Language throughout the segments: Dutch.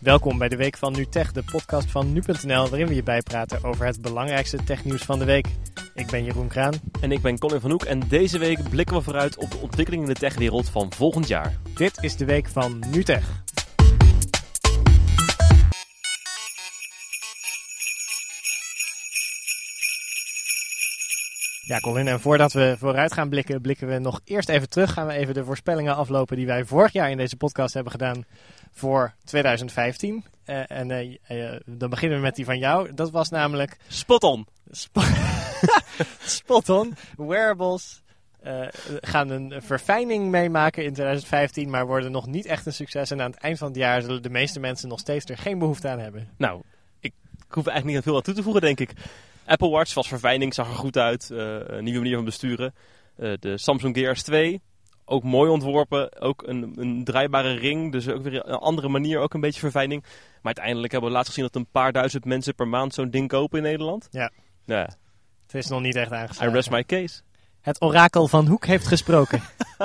Welkom bij de Week van NuTech, de podcast van nu.nl, waarin we je bijpraten over het belangrijkste technieuws van de week. Ik ben Jeroen Kraan. En ik ben Colin van Hoek en deze week blikken we vooruit op de ontwikkelingen in de techwereld van volgend jaar. Dit is de Week van NuTech. Ja, Colin, en voordat we vooruit gaan blikken we nog eerst even terug. Gaan we even de voorspellingen aflopen die wij vorig jaar in deze podcast hebben gedaan voor 2015. Dan beginnen we met die van jou. Dat was namelijk... Spot on! Spot on. Wearables gaan een verfijning meemaken in 2015, maar worden nog niet echt een succes. En aan het eind van het jaar zullen de meeste mensen nog steeds er geen behoefte aan hebben. Nou, ik hoef er eigenlijk niet veel aan toe te voegen, denk ik. Apple Watch was verfijning, zag er goed uit. Een nieuwe manier van besturen. De Samsung Gear S2, ook mooi ontworpen. Ook een draaibare ring, dus ook weer een andere manier, ook een beetje verfijning. Maar uiteindelijk hebben we laatst gezien dat een paar duizend mensen per maand zo'n ding kopen in Nederland. Ja. Het is nog niet echt aangeslagen. I rest my case. Het orakel van Hoek heeft gesproken.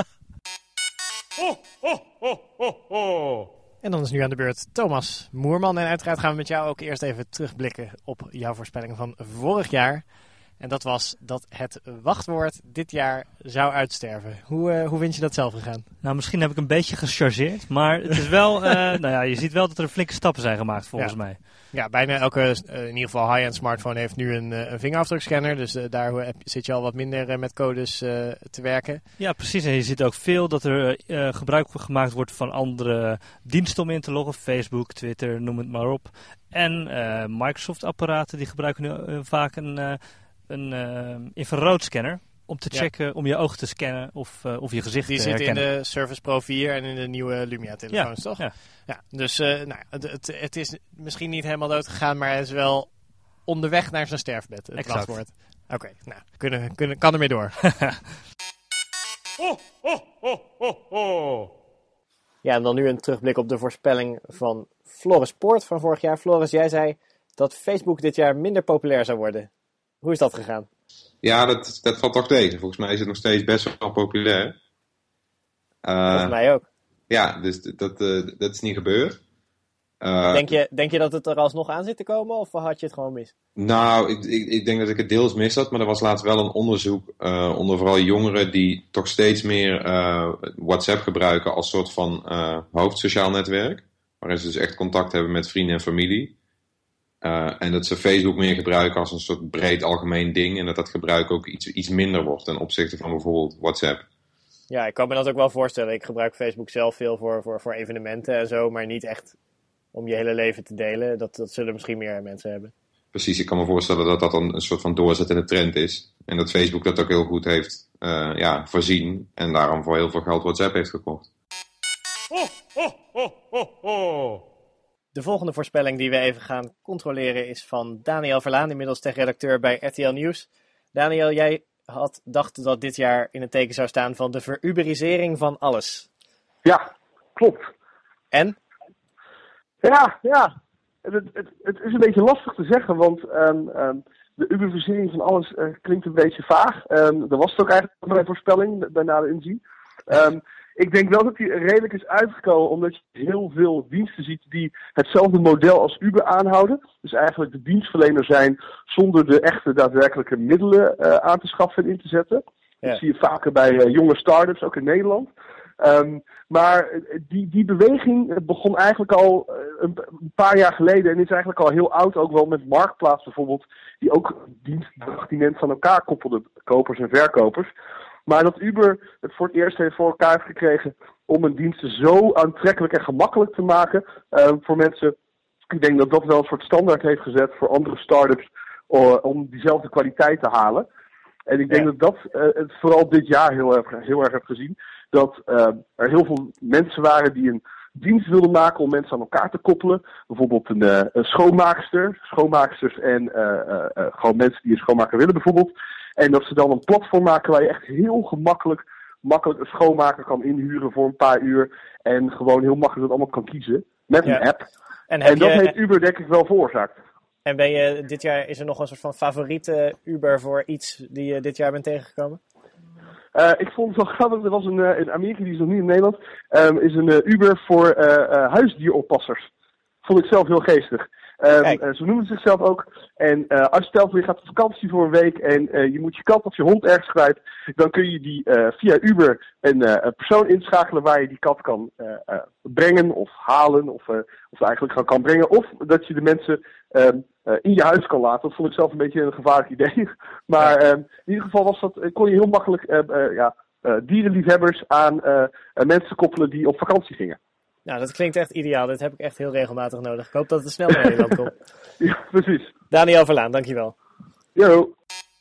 En dan is nu aan de beurt Thomas Moerman. En uiteraard gaan we met jou ook eerst even terugblikken op jouw voorspelling van vorig jaar. En dat was dat het wachtwoord dit jaar zou uitsterven. Hoe vind je dat zelf gegaan? Nou, misschien heb ik een beetje gechargeerd. Maar het is wel, je ziet wel dat er flinke stappen zijn gemaakt volgens mij. Ja, bijna elke, in ieder geval high-end smartphone heeft nu een vingerafdrukscanner. Dus daar zit je al wat minder met codes te werken. Ja, precies. En je ziet ook veel dat er gebruik gemaakt wordt van andere diensten om in te loggen. Facebook, Twitter, noem het maar op. En Microsoft-apparaten die gebruiken nu vaak een infraroodscanner. Om te checken, om je oog te scannen of je gezicht te herkennen. Die zit in de Surface Pro 4 en in de nieuwe Lumia-telefoons, toch? Ja. Dus het is misschien niet helemaal dood gegaan, maar het is wel onderweg naar zijn sterfbed, het wachtwoord. Oké, kan ermee door. Ja, en dan nu een terugblik op de voorspelling van Floris Poort van vorig jaar. Floris, jij zei dat Facebook dit jaar minder populair zou worden. Hoe is dat gegaan? Ja, dat valt toch tegen. Volgens mij is het nog steeds best wel populair. Volgens mij ook. Ja, dus dat is niet gebeurd. Denk je dat het er alsnog aan zit te komen, of had je het gewoon mis? Nou, ik denk dat ik het deels mis had, maar er was laatst wel een onderzoek onder vooral jongeren die toch steeds meer WhatsApp gebruiken als soort van hoofdsociaal netwerk. Waarin ze dus echt contact hebben met vrienden en familie. En dat ze Facebook meer gebruiken als een soort breed algemeen ding. En dat gebruik ook iets minder wordt ten opzichte van bijvoorbeeld WhatsApp. Ja, ik kan me dat ook wel voorstellen. Ik gebruik Facebook zelf veel voor evenementen en zo. Maar niet echt om je hele leven te delen. Dat zullen misschien meer mensen hebben. Precies, ik kan me voorstellen dat dat dan een soort van doorzettende trend is. En dat Facebook dat ook heel goed heeft voorzien. En daarom voor heel veel geld WhatsApp heeft gekocht. De volgende voorspelling die we even gaan controleren is van Daniel Verlaan, inmiddels tech-redacteur bij RTL Nieuws. Daniel, jij dacht dat dit jaar in het teken zou staan van de veruberisering van alles. Ja, klopt. En? Ja. Het is een beetje lastig te zeggen, want de uberisering van alles klinkt een beetje vaag. Dat was het ook eigenlijk mijn voorspelling, bij nader inzien. Ik denk wel dat die redelijk is uitgekomen, omdat je heel veel diensten ziet die hetzelfde model als Uber aanhouden. Dus eigenlijk de dienstverlener zijn zonder de echte daadwerkelijke middelen aan te schaffen en in te zetten. Ja. Dat zie je vaker bij jonge start-ups, ook in Nederland. Maar die beweging begon eigenlijk al een paar jaar geleden en is eigenlijk al heel oud, ook wel met Marktplaats bijvoorbeeld, die ook dienstdagdiment van elkaar koppelde, kopers en verkopers. Maar dat Uber het voor het eerst heeft voor elkaar heeft gekregen om een dienst zo aantrekkelijk en gemakkelijk te maken voor mensen. Ik denk dat dat wel een soort standaard heeft gezet voor andere start-ups om diezelfde kwaliteit te halen. En ik denk dat het vooral dit jaar heel erg heb gezien. Dat er heel veel mensen waren die een dienst wilden maken om mensen aan elkaar te koppelen. Bijvoorbeeld een schoonmaaksters en gewoon mensen die een schoonmaker willen bijvoorbeeld. En dat ze dan een platform maken waar je echt heel gemakkelijk een schoonmaker kan inhuren voor een paar uur. En gewoon heel makkelijk dat allemaal kan kiezen met een app. En dat heeft Uber denk ik wel veroorzaakt. En dit jaar, is er nog een soort van favoriete Uber voor iets die je dit jaar bent tegengekomen? Ik vond het wel grappig, er was in Amerika, die is nog niet in Nederland, is een Uber voor huisdieroppassers. vond ik zelf heel geestig. Ze noemen zichzelf ook. En als je stelt, je gaat op vakantie voor een week en je moet je kat of je hond ergens kwijt, dan kun je die via Uber een persoon inschakelen waar je die kat kan brengen of halen of eigenlijk kan brengen. Of dat je de mensen in je huis kan laten. Dat vond ik zelf een beetje een gevaarlijk idee. Maar in ieder geval kon je heel makkelijk dierenliefhebbers aan mensen koppelen die op vakantie gingen. Nou, dat klinkt echt ideaal. Dit heb ik echt heel regelmatig nodig. Ik hoop dat het snel naar Nederland komt. Ja, precies. Daniel Verlaan, dankjewel. Yo.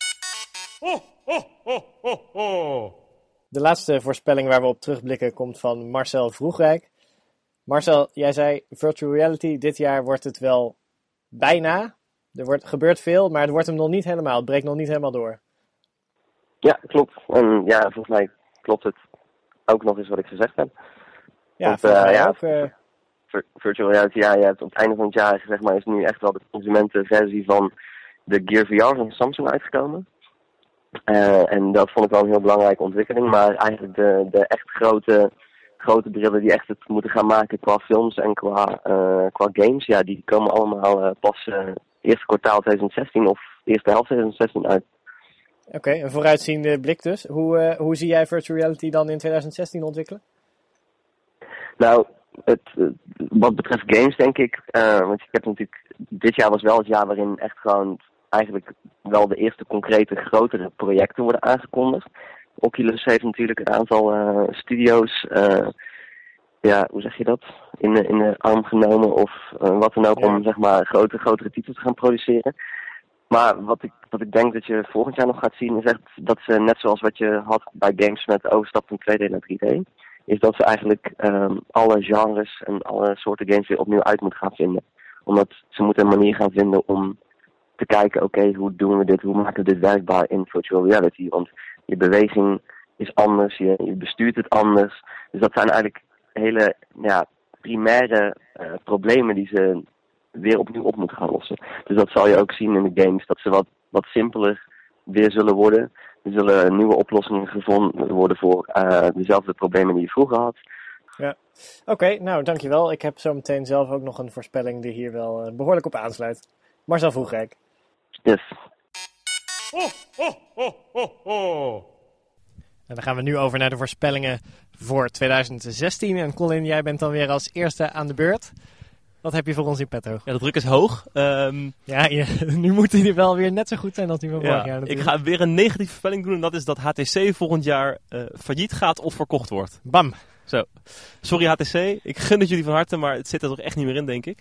De laatste voorspelling waar we op terugblikken komt van Marcel Vroegrijk. Marcel, jij zei virtual reality, dit jaar wordt het wel bijna. Gebeurt veel, maar het wordt hem nog niet helemaal. Het breekt nog niet helemaal door. Ja, klopt. En ja, volgens mij klopt het ook nog eens wat ik gezegd heb. Ja, want, virtual reality, ja, je hebt op het einde van het jaar, zeg maar, is nu echt wel de consumentenversie van de Gear VR van Samsung uitgekomen. En dat vond ik wel een heel belangrijke ontwikkeling. Maar eigenlijk de echt grote brillen die echt het moeten gaan maken qua films en qua games, ja, die komen allemaal pas eerste kwartaal 2016 of eerste helft 2016 uit. Oké, een vooruitziende blik dus. Hoe zie jij virtual reality dan in 2016 ontwikkelen? Nou, wat betreft games denk ik, want ik heb natuurlijk, dit jaar was wel het jaar waarin echt gewoon eigenlijk wel de eerste concrete grotere projecten worden aangekondigd. Oculus heeft natuurlijk een aantal studio's, hoe zeg je dat, in de arm genomen of wat dan ook, om zeg maar grotere titels te gaan produceren. Maar wat ik denk dat je volgend jaar nog gaat zien is echt dat ze, net zoals wat je had bij games met overstap van 2D naar 3D, is dat ze eigenlijk alle genres en alle soorten games weer opnieuw uit moeten gaan vinden. Omdat ze moeten een manier gaan vinden om te kijken, oké, hoe doen we dit, hoe maken we dit werkbaar in virtual reality? Want je beweging is anders, je bestuurt het anders. Dus dat zijn eigenlijk hele primaire problemen die ze weer opnieuw op moeten gaan lossen. Dus dat zal je ook zien in de games, dat ze wat simpeler weer zullen worden. Er zullen nieuwe oplossingen gevonden worden voor dezelfde problemen die je vroeger had. Ja, oké, nou dankjewel. Ik heb zo meteen zelf ook nog een voorspelling die hier wel behoorlijk op aansluit. Marcel Vroegrijk. Yes. En dan gaan we nu over naar de voorspellingen voor 2016. En Colin, jij bent dan weer als eerste aan de beurt. Wat heb je voor ons in petto? Ja, de druk is hoog. Nu moet hij er wel weer net zo goed zijn als hij van vorig jaar natuurlijk. Ik ga weer een negatieve voorspelling doen en dat is dat HTC volgend jaar failliet gaat of verkocht wordt. Bam! Zo. Sorry HTC, ik gun het jullie van harte, maar het zit er toch echt niet meer in, denk ik.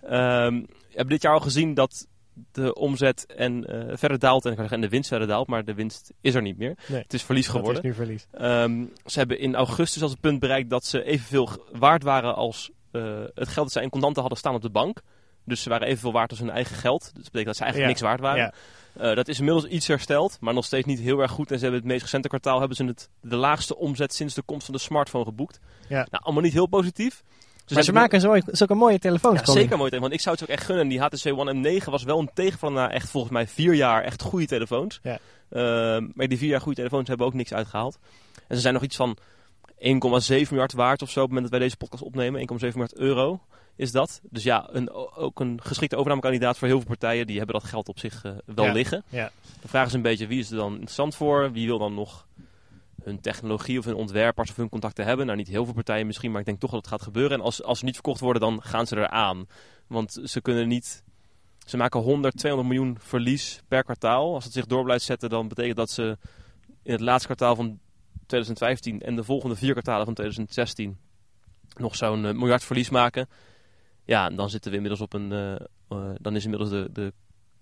We hebben dit jaar al gezien dat de omzet verder daalt en de winst verder daalt, maar de winst is er niet meer. Nee, het is verlies geworden. Het is nu verlies. Ze hebben in augustus als het punt bereikt dat ze evenveel waard waren als het geld dat zij in contanten hadden staan op de bank. Dus ze waren evenveel waard als hun eigen geld. Dus dat betekent dat ze eigenlijk niks waard waren. Ja. Dat is inmiddels iets hersteld, maar nog steeds niet heel erg goed. En ze hebben het meest recente kwartaal hebben ze de laagste omzet sinds de komst van de smartphone geboekt. Ja. Nou, allemaal niet heel positief. Maar ze maken zulke mooie telefoons. Ja, zeker mooie telefoons. Want ik zou het ook echt gunnen. Die HTC One M9 was wel een tegenvaller na echt volgens mij 4 jaar echt goede telefoons. Ja. Maar die 4 jaar goede telefoons hebben ook niks uitgehaald. En ze zijn nog iets van 1,7 miljard waard of zo op het moment dat wij deze podcast opnemen. 1,7 miljard euro is dat. Dus ja, ook een geschikte overnamekandidaat voor heel veel partijen. Die hebben dat geld op zich wel liggen. Ja. De vraag is een beetje, wie is er dan interessant voor? Wie wil dan nog hun technologie of hun ontwerpers of hun contacten hebben? Nou, niet heel veel partijen misschien, maar ik denk toch dat het gaat gebeuren. En als ze niet verkocht worden, dan gaan ze eraan. Want ze kunnen niet... Ze maken 100, 200 miljoen verlies per kwartaal. Als het zich door blijft zetten, dan betekent dat ze in het laatste kwartaal van 2015 en de volgende 4 kwartalen van 2016 nog zo'n miljard verlies maken. Ja, en dan zitten we inmiddels op dan is inmiddels de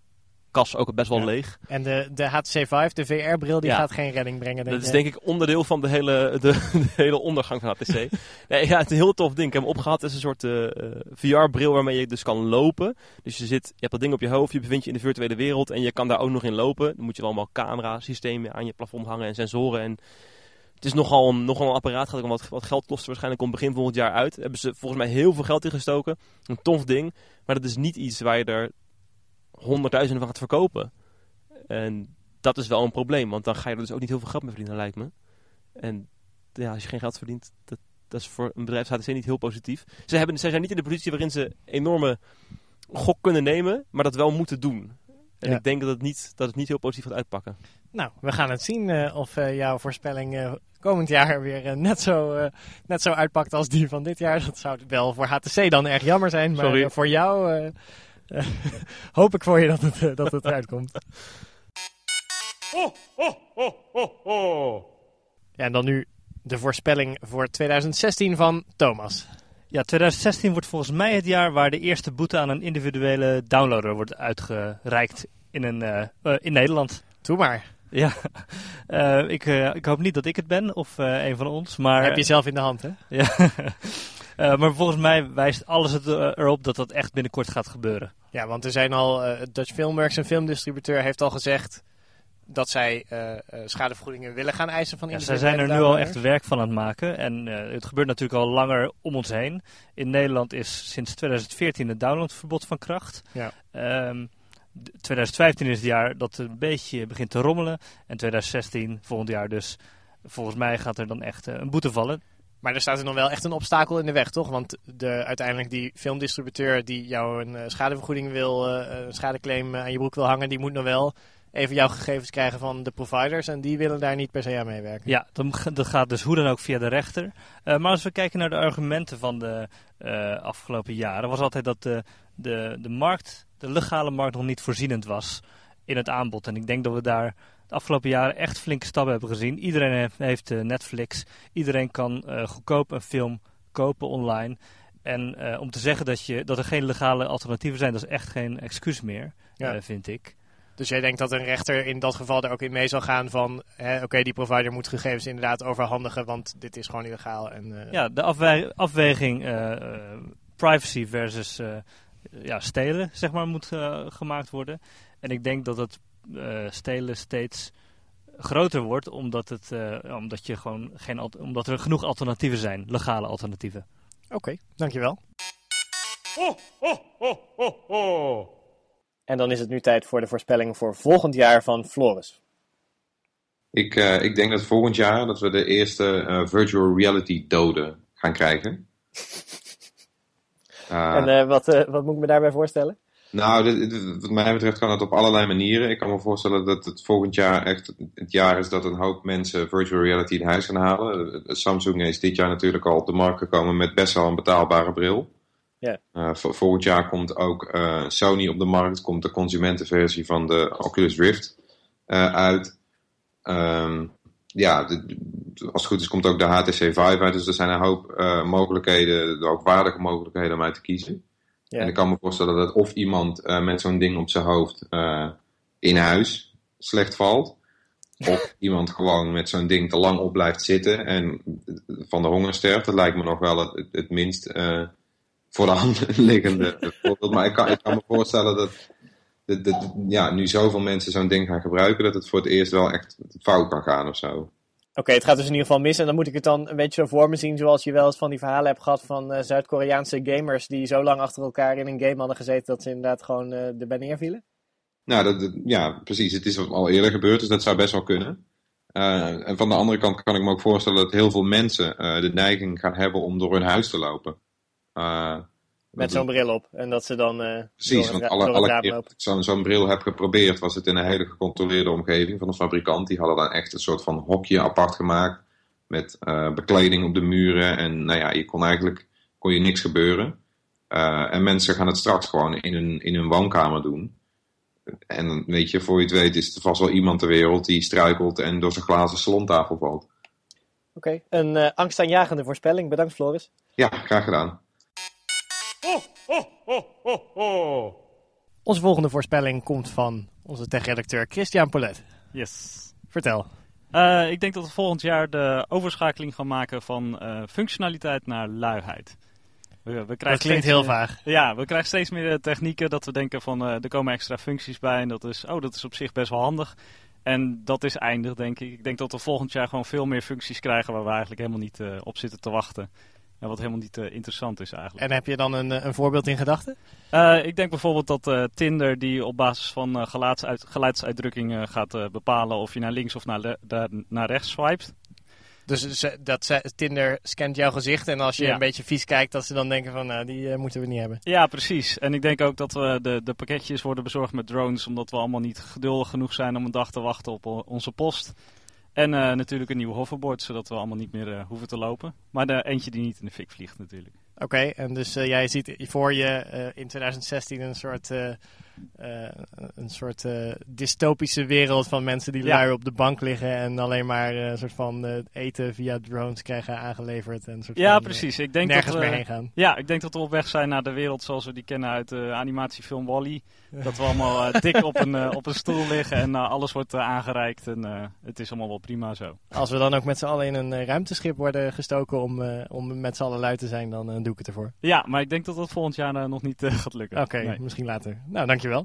kas ook best wel leeg. En de HTC Vive, de VR-bril, die gaat geen redding brengen. Dat is denk ik onderdeel van de hele ondergang van HTC. Nee, ja, het is een heel tof ding. Ik heb hem opgehaald. Het is een soort VR-bril waarmee je dus kan lopen. Dus je hebt dat ding op je hoofd, je bevindt je in de virtuele wereld en je kan daar ook nog in lopen. Dan moet je wel allemaal camera-systemen aan je plafond hangen en sensoren. En het is nogal een apparaat. Gaat ook wat geld kosten waarschijnlijk om begin volgend jaar uit. Daar hebben ze volgens mij heel veel geld in gestoken. Een tof ding. Maar dat is niet iets waar je er 100.000 van gaat verkopen. En dat is wel een probleem. Want dan ga je er dus ook niet heel veel geld mee verdienen, lijkt me. En ja, als je geen geld verdient, Dat is voor een bedrijf HTC niet heel positief. Zij zijn niet in de positie waarin ze enorme gok kunnen nemen, maar dat wel moeten doen. En ik denk dat het niet heel positief gaat uitpakken. Nou, we gaan het zien of jouw voorspelling komend jaar weer net zo uitpakt als die van dit jaar. Dat zou wel voor HTC dan erg jammer zijn, maar voor jou hoop ik voor je dat het eruit komt. Ja, en dan nu de voorspelling voor 2016 van Thomas. Ja, 2016 wordt volgens mij het jaar waar de eerste boete aan een individuele downloader wordt uitgereikt in Nederland. Doe maar. Ja, ik hoop niet dat ik het ben of een van ons. Maar heb je zelf in de hand, hè? Ja. Maar volgens mij wijst alles erop dat dat echt binnenkort gaat gebeuren. Ja, want er zijn al, Dutch Filmworks, een filmdistributeur, heeft al gezegd dat zij schadevergoedingen willen gaan eisen van zij zijn er nu al echt werk van aan het maken. En het gebeurt natuurlijk al langer om ons heen. In Nederland is sinds 2014 het downloadverbod van kracht. Ja. 2015 is het jaar dat het een beetje begint te rommelen. En 2016, volgend jaar dus, volgens mij gaat er dan echt een boete vallen. Maar er staat er nog wel echt een obstakel in de weg, toch? Want uiteindelijk die filmdistributeur die jou een schadevergoeding wil, een schadeclaim aan je broek wil hangen, die moet nog wel even jouw gegevens krijgen van de providers. En die willen daar niet per se aan meewerken. Ja, dat gaat dus hoe dan ook via de rechter. Maar als we kijken naar de argumenten van de afgelopen jaren, was altijd dat de legale markt nog niet voorzienend was in het aanbod. En ik denk dat we daar de afgelopen jaren echt flinke stappen hebben gezien. Iedereen heeft Netflix. Iedereen kan goedkoop een film kopen online. En om te zeggen dat er geen legale alternatieven zijn, dat is echt geen excuus meer, vind ik. Dus jij denkt dat een rechter in dat geval er ook in mee zal gaan van, oké, die provider moet gegevens inderdaad overhandigen, want dit is gewoon illegaal. Ja, de afweging privacy versus stelen, zeg maar, moet gemaakt worden. En ik denk dat het stelen steeds groter wordt, omdat er genoeg alternatieven zijn, legale alternatieven. Oké, dankjewel. En dan is het nu tijd voor de voorspelling voor volgend jaar van Floris. Ik denk dat volgend jaar dat we de eerste virtual reality doden gaan krijgen. En wat moet ik me daarbij voorstellen? Nou, wat mij betreft kan het op allerlei manieren. Ik kan me voorstellen dat het volgend jaar echt het jaar is dat een hoop mensen virtual reality in huis gaan halen. Samsung is dit jaar natuurlijk al op de markt gekomen met best wel een betaalbare bril. Yeah. Volgend jaar komt ook Sony op de markt, komt de consumentenversie van de Oculus Rift uit. Als het goed is komt ook de HTC Vive uit, dus er zijn een hoop mogelijkheden, ook waardige mogelijkheden om uit te kiezen. Yeah. En ik kan me voorstellen dat of iemand met zo'n ding op zijn hoofd in huis slecht valt, of iemand gewoon met zo'n ding te lang op blijft zitten en van de honger sterft. Dat lijkt me nog wel het minst voor de hand liggende voorbeeld. Maar ik kan me voorstellen dat nu zoveel mensen zo'n ding gaan gebruiken, dat het voor het eerst wel echt fout kan gaan of zo. Oké, het gaat dus in ieder geval mis. En dan moet ik het dan een beetje zo voor me zien, zoals je wel eens van die verhalen hebt gehad van Zuid-Koreaanse gamers die zo lang achter elkaar in een game hadden gezeten dat ze inderdaad gewoon erbij neervielen. Nou, precies. Het is al eerder gebeurd, dus dat zou best wel kunnen. En van de andere kant kan ik me ook voorstellen dat heel veel mensen de neiging gaan hebben om door hun huis te lopen. Met zo'n bril op. En dat ze dan precies, want alle keer dat ik zo'n bril heb geprobeerd, was het in een hele gecontroleerde omgeving van een fabrikant. Die hadden dan echt een soort van hokje apart gemaakt met bekleding op de muren. En kon je niks gebeuren. En mensen gaan het straks gewoon in hun woonkamer doen. En weet je, voor je het weet is er vast wel iemand ter wereld die struikelt en door zijn glazen salontafel valt. Oké, een angstaanjagende voorspelling. Bedankt, Floris. Ja, graag gedaan. Onze volgende voorspelling komt van onze tech-redacteur Christian Polet. Yes. Vertel. Ik denk dat we volgend jaar de overschakeling gaan maken van functionaliteit naar luiheid. Dat klinkt heel vaag. Ja, we krijgen steeds meer technieken dat we denken van er komen extra functies bij en dat is op zich best wel handig. En dat is eindig, denk ik. Ik denk dat we volgend jaar gewoon veel meer functies krijgen waar we eigenlijk helemaal niet op zitten te wachten. En wat helemaal niet interessant is eigenlijk. En heb je dan een voorbeeld in gedachten? Ik denk bijvoorbeeld dat Tinder die op basis van geluidsuitdrukkingen gaat bepalen of je naar links of naar rechts swipet. Dus Tinder scant jouw gezicht en als je een beetje vies kijkt, dat ze dan denken van, nou, die moeten we niet hebben. Ja, precies. En ik denk ook dat we de pakketjes worden bezorgd met drones, omdat we allemaal niet geduldig genoeg zijn om een dag te wachten op onze post. En natuurlijk een nieuw hoverboard, zodat we allemaal niet meer hoeven te lopen. Maar eentje die niet in de fik vliegt natuurlijk. Oké, en dus jij ziet voor je in 2016 een soort dystopische wereld van mensen die lui op de bank liggen en alleen maar een soort van eten via drones krijgen aangeleverd. En soort van, precies. Ik denk nergens dat we meer heen gaan. Ja, ik denk dat we op weg zijn naar de wereld zoals we die kennen uit de animatiefilm Wall-E. Dat we allemaal dik op een stoel liggen en alles wordt aangereikt en het is allemaal wel prima zo. Als we dan ook met z'n allen in een ruimteschip worden gestoken om met z'n allen lui te zijn, dan doe ik het ervoor. Ja, maar ik denk dat dat volgend jaar nog niet gaat lukken. Oké, misschien later. Nou, dankjewel.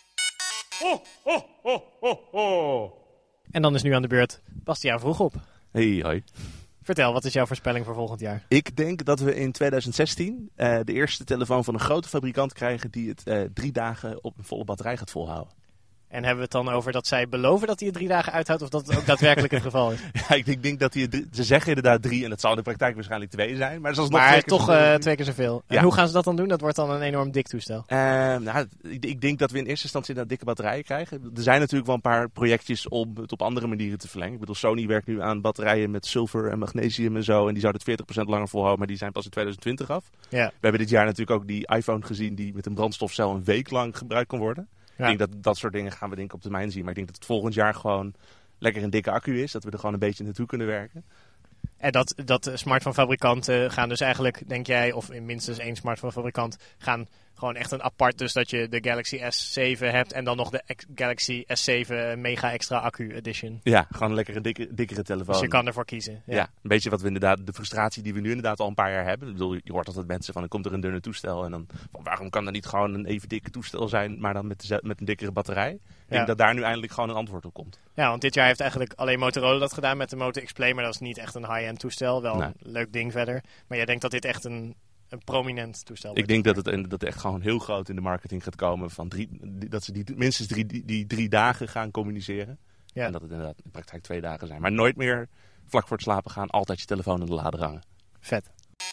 En dan is nu aan de beurt Bastiaan Vroegop. Hey, hoi. Vertel, wat is jouw voorspelling voor volgend jaar? Ik denk dat we in 2016 de eerste telefoon van een grote fabrikant krijgen die het 3 dagen op een volle batterij gaat volhouden. En hebben we het dan over dat zij beloven dat hij het 3 dagen uithoudt of dat het ook daadwerkelijk het geval is? Ja, ik denk dat ze zeggen inderdaad 3 en dat zal in de praktijk waarschijnlijk 2 zijn. Maar, toch 2 keer zoveel. Ja. En hoe gaan ze dat dan doen? Dat wordt dan een enorm dik toestel. Ik denk dat we in eerste instantie inderdaad dikke batterijen krijgen. Er zijn natuurlijk wel een paar projectjes om het op andere manieren te verlengen. Ik bedoel, Sony werkt nu aan batterijen met zilver en magnesium en zo. En die zouden het 40% langer volhouden, maar die zijn pas in 2020 af. Ja. We hebben dit jaar natuurlijk ook die iPhone gezien die met een brandstofcel een week lang gebruikt kan worden. Ja. Ik denk dat soort dingen gaan we denk ik op termijn zien. Maar ik denk dat het volgend jaar gewoon lekker een dikke accu is. Dat we er gewoon een beetje naartoe kunnen werken. En dat smartphonefabrikanten gaan dus eigenlijk, denk jij, of minstens 1 smartphonefabrikant, gaan gewoon echt een apart, dus dat je de Galaxy S7 hebt en dan nog de Galaxy S7 mega extra accu edition. Ja, gewoon lekker een dikkere telefoon. Dus je kan ervoor kiezen. Ja, een beetje wat we inderdaad, de frustratie die we nu inderdaad al een paar jaar hebben. Ik bedoel, je hoort altijd mensen van, dan komt er een dunne toestel en dan, waarom kan er niet gewoon een even dikke toestel zijn, maar dan met een dikkere batterij? Ik denk dat daar nu eindelijk gewoon een antwoord op komt. Ja, want dit jaar heeft eigenlijk alleen Motorola dat gedaan met de Moto X-Play, maar dat is niet echt een high-end toestel. Wel een leuk ding verder. Maar jij denkt dat dit echt een prominent toestel wordt? Ik denk dat het echt gewoon heel groot in de marketing gaat komen. Dat ze minstens 3 dagen gaan communiceren. Ja. En dat het inderdaad in praktijk 2 dagen zijn. Maar nooit meer vlak voor het slapen gaan, altijd je telefoon in de lader hangen. Vet.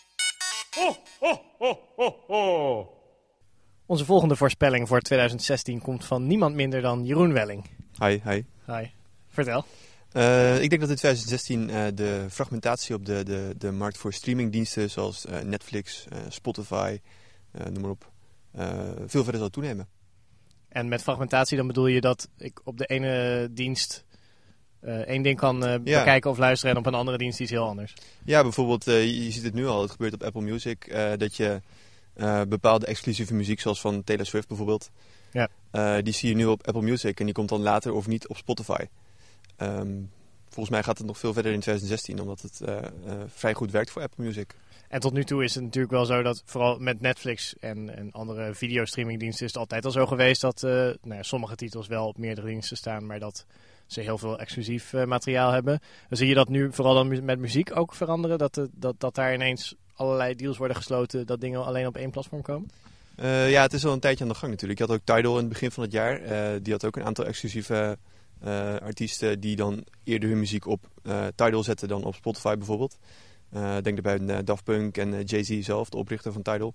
Onze volgende voorspelling voor 2016 komt van niemand minder dan Jeroen Welling. Hi. Hi. Vertel. Ik denk dat in 2016 de fragmentatie op de markt voor streamingdiensten zoals Netflix, Spotify, noem maar op, veel verder zal toenemen. En met fragmentatie dan bedoel je dat ik op de ene dienst 1 ding kan bekijken of luisteren en op een andere dienst iets heel anders? Ja, bijvoorbeeld, je ziet het nu al, het gebeurt op Apple Music, dat je bepaalde exclusieve muziek zoals van Taylor Swift bijvoorbeeld, die zie je nu op Apple Music en die komt dan later of niet op Spotify. Volgens mij gaat het nog veel verder in 2016, omdat het vrij goed werkt voor Apple Music. En tot nu toe is het natuurlijk wel zo dat vooral met Netflix en andere videostreamingdiensten is het altijd al zo geweest dat sommige titels wel op meerdere diensten staan, maar dat ze heel veel exclusief materiaal hebben. Dan zie je dat nu vooral dan met muziek ook veranderen, dat daar ineens allerlei deals worden gesloten, dat dingen alleen op 1 platform komen? Ja, het is al een tijdje aan de gang natuurlijk. Je had ook Tidal in het begin van het jaar. Die had ook een aantal exclusieve artiesten die dan eerder hun muziek op Tidal zetten dan op Spotify bijvoorbeeld. Denk daarbij aan Daft Punk en Jay-Z zelf, de oprichter van Tidal.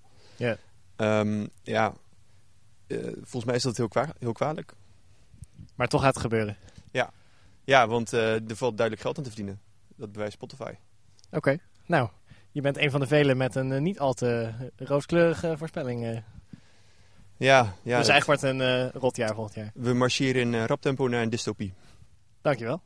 Volgens mij is dat heel kwalijk. Maar toch gaat het gebeuren? Ja, want er valt duidelijk geld aan te verdienen. Dat bewijst Spotify. Oké. Nou, je bent een van de velen met een niet al te rooskleurige voorspelling. Ja. Dus eigenlijk wordt het een rot jaar volgend jaar. We marcheren in rap tempo naar een dystopie. Dankjewel.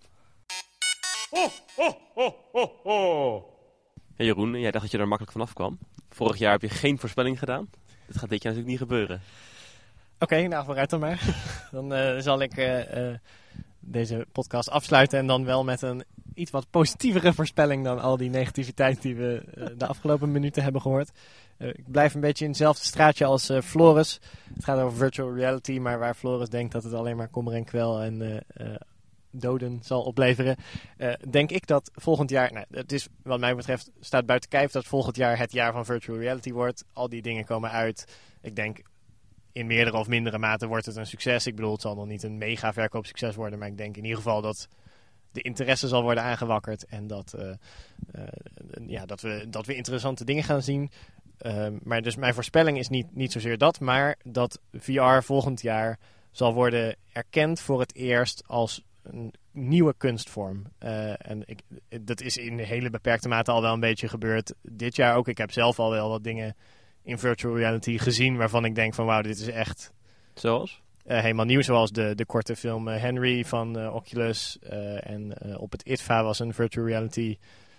Hey Jeroen, jij dacht dat je er makkelijk vanaf kwam. Vorig jaar heb je geen voorspelling gedaan. Dat gaat dit jaar natuurlijk niet gebeuren. Oké, nou vooruit dan maar. Dan zal ik deze podcast afsluiten en dan wel met een iets wat positievere voorspelling dan al die negativiteit die we de afgelopen minuten hebben gehoord. Ik blijf een beetje in hetzelfde straatje als Floris. Het gaat over virtual reality, maar waar Floris denkt dat het alleen maar kommer en kwel en doden zal opleveren, denk ik dat volgend jaar, het is wat mij betreft, staat buiten kijf dat volgend jaar het jaar van virtual reality wordt. Al die dingen komen uit. Ik denk in meerdere of mindere mate wordt het een succes. Ik bedoel, het zal nog niet een mega verkoopsucces worden, maar ik denk in ieder geval dat de interesse zal worden aangewakkerd en dat we interessante dingen gaan zien. Maar dus mijn voorspelling is niet zozeer dat, maar dat VR volgend jaar zal worden erkend voor het eerst als een nieuwe kunstvorm. Dat is in hele beperkte mate al wel een beetje gebeurd dit jaar ook. Ik heb zelf al wel wat dingen in virtual reality gezien waarvan ik denk van wauw, dit is echt... Zoals? Helemaal nieuw, zoals de korte film Henry van Oculus. En op het ITVA was een virtual reality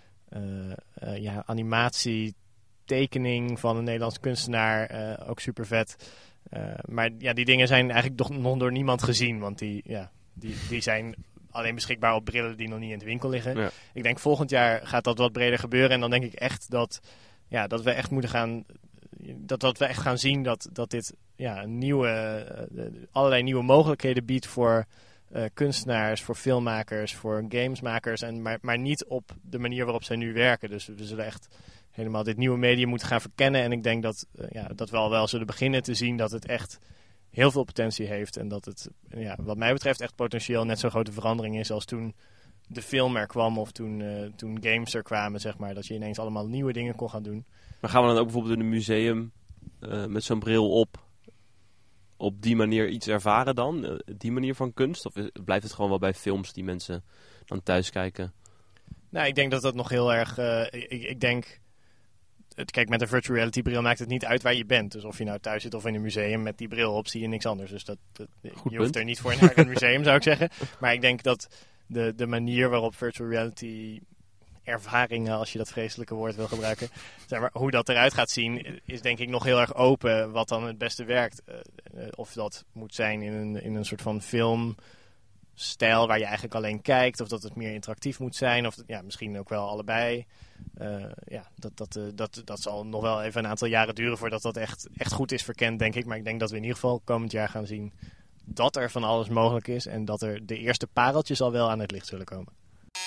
animatie tekening van een Nederlandse kunstenaar. Ook super vet. Maar ja, die dingen zijn eigenlijk nog door niemand gezien. Want die zijn alleen beschikbaar op brillen die nog niet in de winkel liggen. Ja. Ik denk volgend jaar gaat dat wat breder gebeuren. En dan denk ik echt dat we echt moeten gaan... Dat we echt gaan zien dat dit allerlei nieuwe mogelijkheden biedt voor kunstenaars, voor filmmakers, voor gamesmakers. Maar niet op de manier waarop zij nu werken. Dus we zullen echt helemaal dit nieuwe medium moeten gaan verkennen. En ik denk dat we al wel zullen beginnen te zien dat het echt heel veel potentie heeft. En dat het, wat mij betreft, echt potentieel net zo'n grote verandering is als toen de film er kwam of toen games er kwamen, zeg maar. Dat je ineens allemaal nieuwe dingen kon gaan doen. Maar gaan we dan ook bijvoorbeeld in een museum met zo'n bril op die manier iets ervaren dan? Die manier van kunst? Of blijft het gewoon wel bij films die mensen dan thuis kijken? Nou, ik denk dat dat nog heel erg... Ik denk... Kijk, met een virtual reality bril maakt het niet uit waar je bent. Dus of je nou thuis zit of in een museum met die bril op, zie je niks anders. Dus je hoeft er niet voor naar een museum, zou ik zeggen. Maar ik denk dat de manier waarop virtual reality ervaringen, als je dat vreselijke woord wil gebruiken, zeg maar, hoe dat eruit gaat zien, is denk ik nog heel erg open wat dan het beste werkt. Of dat moet zijn in een soort van filmstijl waar je eigenlijk alleen kijkt, of dat het meer interactief moet zijn, of misschien ook wel allebei. Dat zal nog wel even een aantal jaren duren voordat dat echt goed is verkend, denk ik. Maar ik denk dat we in ieder geval komend jaar gaan zien dat er van alles mogelijk is en dat er de eerste pareltjes al wel aan het licht zullen komen.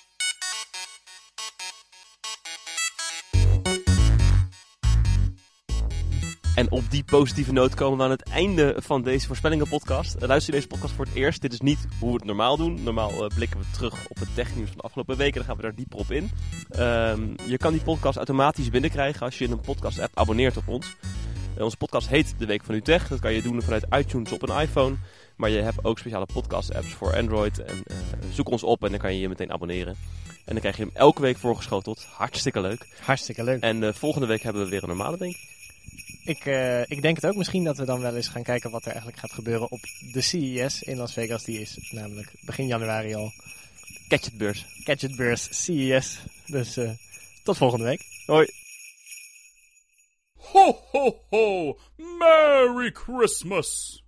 En op die positieve noot komen we aan het einde van deze voorspellingen-podcast. Luister je deze podcast voor het eerst. Dit is niet hoe we het normaal doen. Normaal blikken we terug op het technieuws van de afgelopen weken. Dan gaan we daar dieper op in. Je kan die podcast automatisch binnenkrijgen als je in een podcast-app abonneert op ons. Onze podcast heet De Week van Utrecht. Dat kan je doen vanuit iTunes op een iPhone. Maar je hebt ook speciale podcast-apps voor Android. En zoek ons op en dan kan je je meteen abonneren. En dan krijg je hem elke week voorgeschoteld. Hartstikke leuk. Hartstikke leuk. En volgende week hebben we weer een normale, denk ik. Ik denk het ook misschien dat we dan wel eens gaan kijken wat er eigenlijk gaat gebeuren op de CES in Las Vegas. Die is namelijk begin januari al. Gadgetbeurs CES. Dus tot volgende week. Hoi. Ho, ho, ho! Merry Christmas!